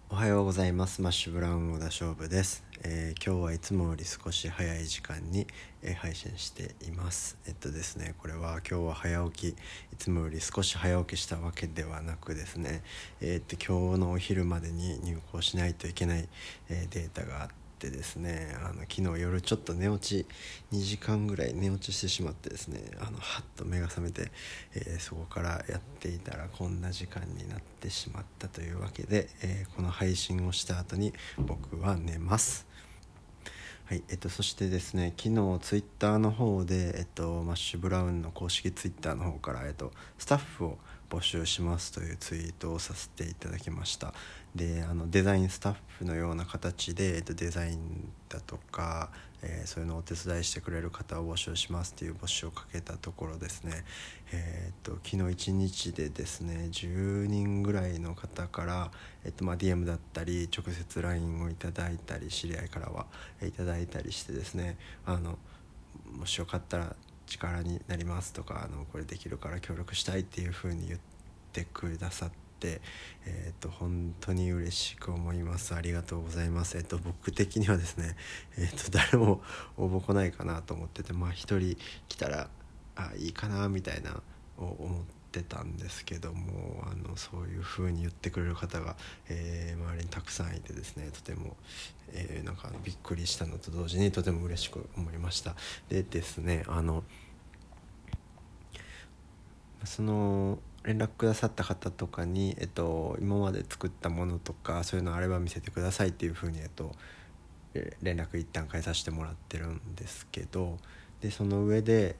おはようございます。マッシュブラウン小田勝負です。今日はいつもより少し早い時間に、配信しています。ですね、これは今日は早起き、いつもより少し早起きしたわけではなくですね、今日のお昼までに入稿しないといけない、データがあってですね、昨日夜ちょっと寝落ち2時間ぐらい寝落ちしてしまってですね、はっと目が覚めて、そこからやっていたらこんな時間になってしまったというわけで、この配信をした後に僕は寝ます。はい、そしてですね、昨日ツイッターの方で、マッシュブラウンの公式ツイッターの方から、スタッフを募集しますというツイートをさせていただきました。で、デザインスタッフのような形で、デザインだとか、そういうのをお手伝いしてくれる方を募集しますっていう募集をかけたところですね、昨日1日でですね10人ぐらいの方から、DM だったり直接 LINE をいただいたり、知り合いからはいただいたりしてですね、もしよかったら力になりますとか、これできるから協力したいっていう風に言ってくださって、本当に嬉しく思います。ありがとうございます。僕的にはですね、誰も応募来ないかなと思ってて、一人来たらいいかなみたいな思ってたんですけども、そういう風に言ってくれる方が、周りにたくさんいてですね、とても、なんかびっくりしたのと同時にとても嬉しく思いました。でですね、その連絡くださった方とかに、今まで作ったものとかそういうのあれば見せてくださいっていう風に、連絡一旦返させてもらってるんですけど、でその上で、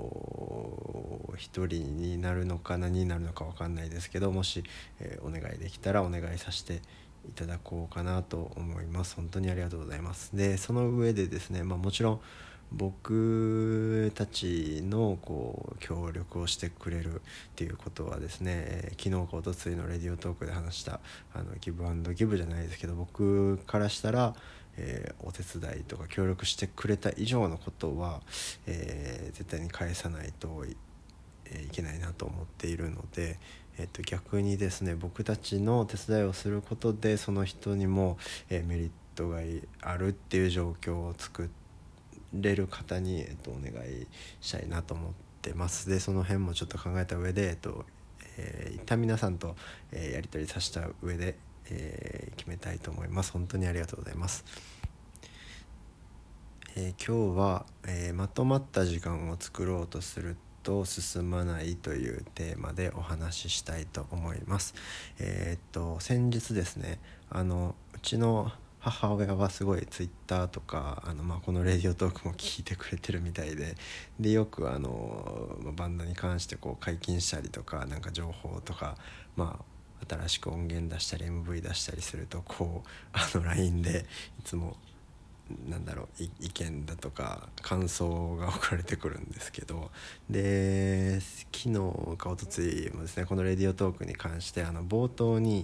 一人になるのか何になるのか分かんないですけど、もし、お願いできたらお願いさせていただこうかなと思います。本当にありがとうございます。でその上でですね、もちろん僕たちの協力をしてくれるっていうことはですね、昨日か一昨日のレディオトークで話したギブアンドギブじゃないですけど、僕からしたら、お手伝いとか協力してくれた以上のことは、絶対に返さないといけないなと思っているので、逆にですね、僕たちの手伝いをすることでその人にも、メリットがあるっていう状況を作れる方に、お願いしたいなと思ってます。でその辺もちょっと考えた上で、一旦皆さんと、やり取りさせた上で、決めたいと思います。本当にありがとうございます。今日は、まとまった時間を作ろうとすると進まないというテーマでお話ししたいと思います。先日ですね、うちの母親はすごいツイッターとかこのレディオトークも聞いてくれてるみたいでよくバンドに関して解禁したりとか、なんか情報とか、新しく音源出したり MV 出したりするとLINE でいつも意見だとか感想が送られてくるんですけど、で昨日か一昨日もですね、このレディオトークに関して冒頭に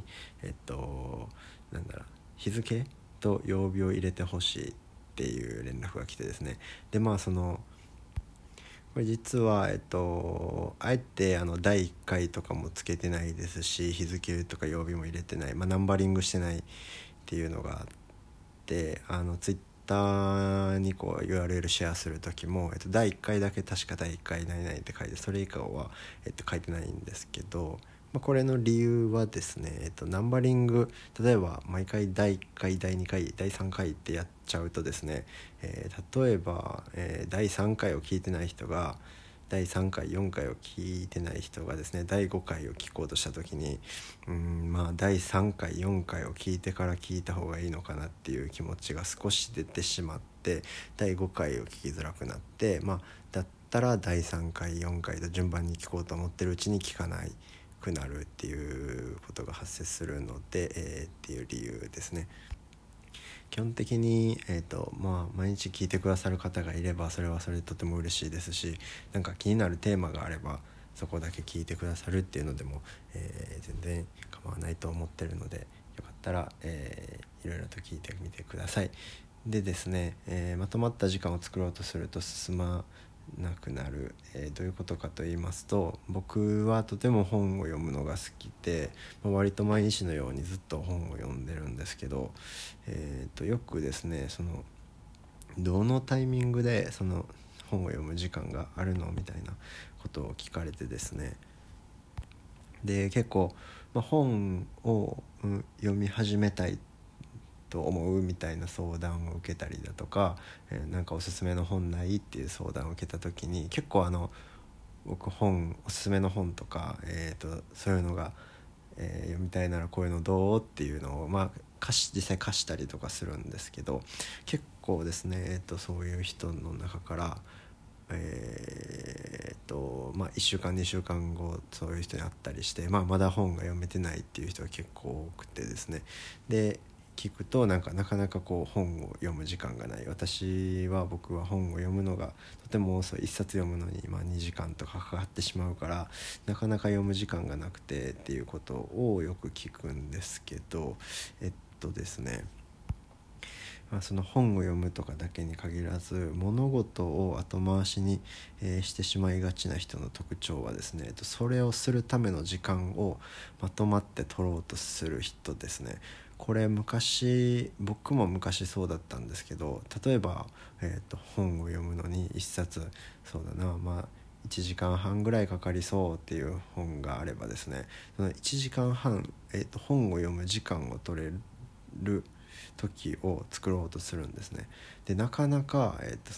日付と曜日を入れてほしいっていう連絡が来てですね、でこれ実はあえて第1回とかもつけてないですし、日付とか曜日も入れてない、ナンバリングしてないっていうのがあって、ツイッターにURL シェアする時も、第1回だけ確か第1回何々って書いて、それ以降は、書いてないんですけど、これの理由はですね、ナンバリング、例えば毎回第1回第2回第3回ってやっちゃうとですね、例えば、第3回を聞いてない人が第3回4回を聞いてない人がですね、第5回を聞こうとした時に第3回4回を聞いてから聞いた方がいいのかなっていう気持ちが少し出てしまって、第5回を聞きづらくなって、だったら第3回4回と順番に聞こうと思ってるうちに聞かないくなるっていうことが発生するので、っていう理由ですね。基本的に、毎日聞いてくださる方がいればそれはそれでとても嬉しいですし、なんか気になるテーマがあればそこだけ聞いてくださるっていうのでも、全然構わないと思ってるので、よかったら、いろいろと聞いてみてください。でですね、まとまった時間を作ろうとすると進まなくなる。どういうことかと言いますと、僕はとても本を読むのが好きで、割と毎日のようにずっと本を読んでるんですけど、よくですねどのタイミングでその本を読む時間があるのみたいなことを聞かれてですね、で結構、本を、読み始めたいと思うみたいな相談を受けたりだとか、なんかおすすめの本ないっていう相談を受けた時に、結構僕おすすめの本とか、そういうのが、読みたいならこういうのどうっていうのを、実際貸したりとかするんですけど、結構ですね、そういう人の中から、1週間2週間後そういう人に会ったりして、まだ本が読めてないっていう人が結構多くてですね、で聞くとなかなか本を読む時間がない。僕は本を読むのがとても遅い。一冊読むのに2時間とかかかってしまうから、なかなか読む時間がなくてっていうことをよく聞くんですけど、ですねその本を読むとかだけに限らず、物事を後回しに、してしまいがちな人の特徴はですね、それをするための時間をまとまって取ろうとする人ですね。これ僕も昔そうだったんですけど、例えば、本を読むのに一冊そうだな1時間半ぐらいかかりそうっていう本があればですね、その1時間半、本を読む時間を取れる時を作ろうとするんですね。でなかなか、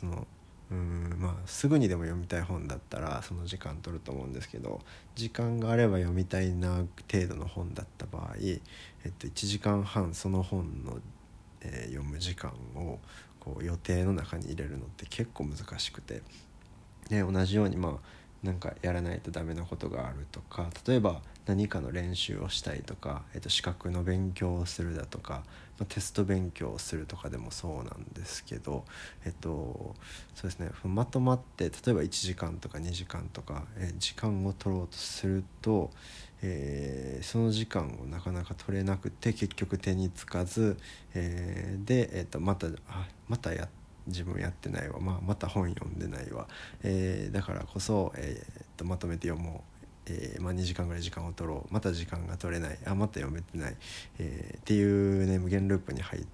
すぐにでも読みたい本だったらその時間取ると思うんですけど、時間があれば読みたいな程度の本だった場合、1時間半その本の、読む時間を予定の中に入れるのって結構難しくて、で同じようになんかやらないとダメなことがあるとか、例えば何かの練習をしたいとか、資格の勉強をするだとか、テスト勉強をするとかでもそうなんですけど、そうですね、まとまって例えば1時間とか2時間とか、時間を取ろうとすると、その時間をなかなか取れなくて結局手につかず、で、また自分やってないわ、また本読んでないわ、だからこそ、まとめて読もう、2時間ぐらい時間を取ろう、また時間が取れない、また読めてない、っていうね無限ループに入って、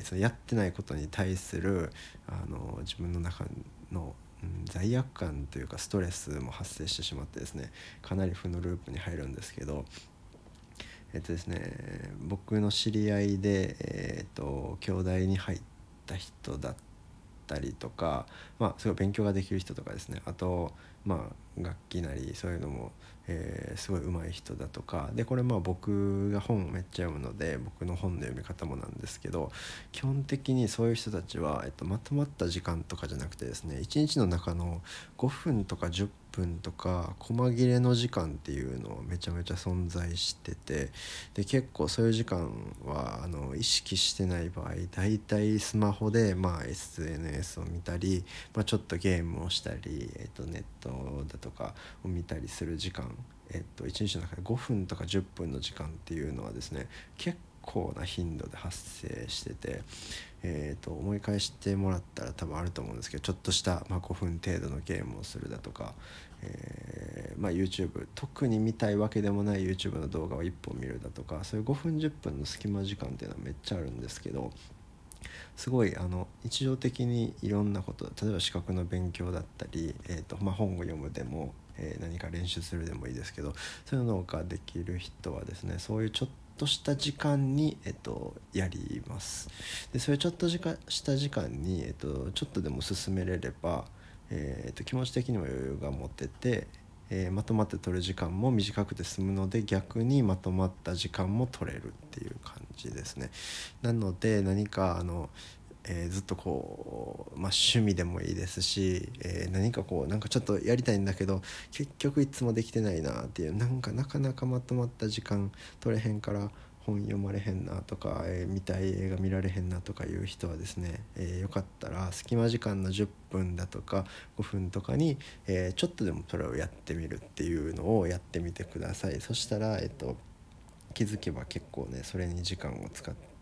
そのやってないことに対する自分の中の、罪悪感というかストレスも発生してしまってですね、かなり負のループに入るんですけど、ですね、僕の知り合いで、京大に入った人だったりとか、すごい勉強ができる人とかですね、あと楽器なりそういうのも、すごい上手い人だとかで、これ僕が本をめっちゃ読むので僕の本の読み方もなんですけど、基本的にそういう人たちは、まとまった時間とかじゃなくてですね、1日の中の5分とか10分とか細切れの時間っていうのをめちゃめちゃ存在してて、で結構そういう時間は意識してない場合、だいたいスマホで、SNS を見たり、ちょっとゲームをしたり、ネットだとかを見たりする時間、1日の中で5分とか10分の時間っていうのはですね、結構な頻度で発生してて、思い返してもらったら多分あると思うんですけど、ちょっとした、5分程度のゲームをするだとか、YouTube 特に見たいわけでもない YouTube の動画を1本見るだとか、そういう5分10分の隙間時間っていうのはめっちゃあるんですけど、すごい日常的にいろんなこと、例えば資格の勉強だったり、本を読むでも、何か練習するでもいいですけど、そういうのができる人はですね、そういうちょっとした時間に、やります。でそういうちょっとした時間に、ちょっとでも進めれれば、気持ち的にも余裕が持てて、まとまって取る時間も短くて済むので、逆にまとまった時間も取れるっていう感じですね。なので何かずっと趣味でもいいですし、何かなんかちょっとやりたいんだけど結局いつもできてないなっていう、なかなかまとまった時間取れへんから本読まれへんなとか、見たい映画見られへんなとかいう人はですね、よかったら隙間時間の10分だとか5分とかに、ちょっとでもそれをやってみるっていうのをやってみてください。そしたら、気づけば結構ねそれに時間を使って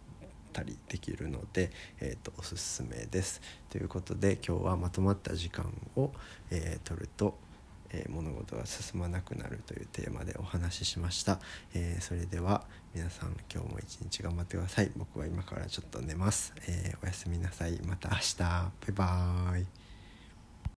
たりできるので、おすすめです。ということで今日はまとまった時間を、取ると、物事が進まなくなるというテーマでお話ししました。それでは皆さん今日も一日頑張ってください。僕は今からちょっと寝ます。おやすみなさい。また明日。バイバーイ。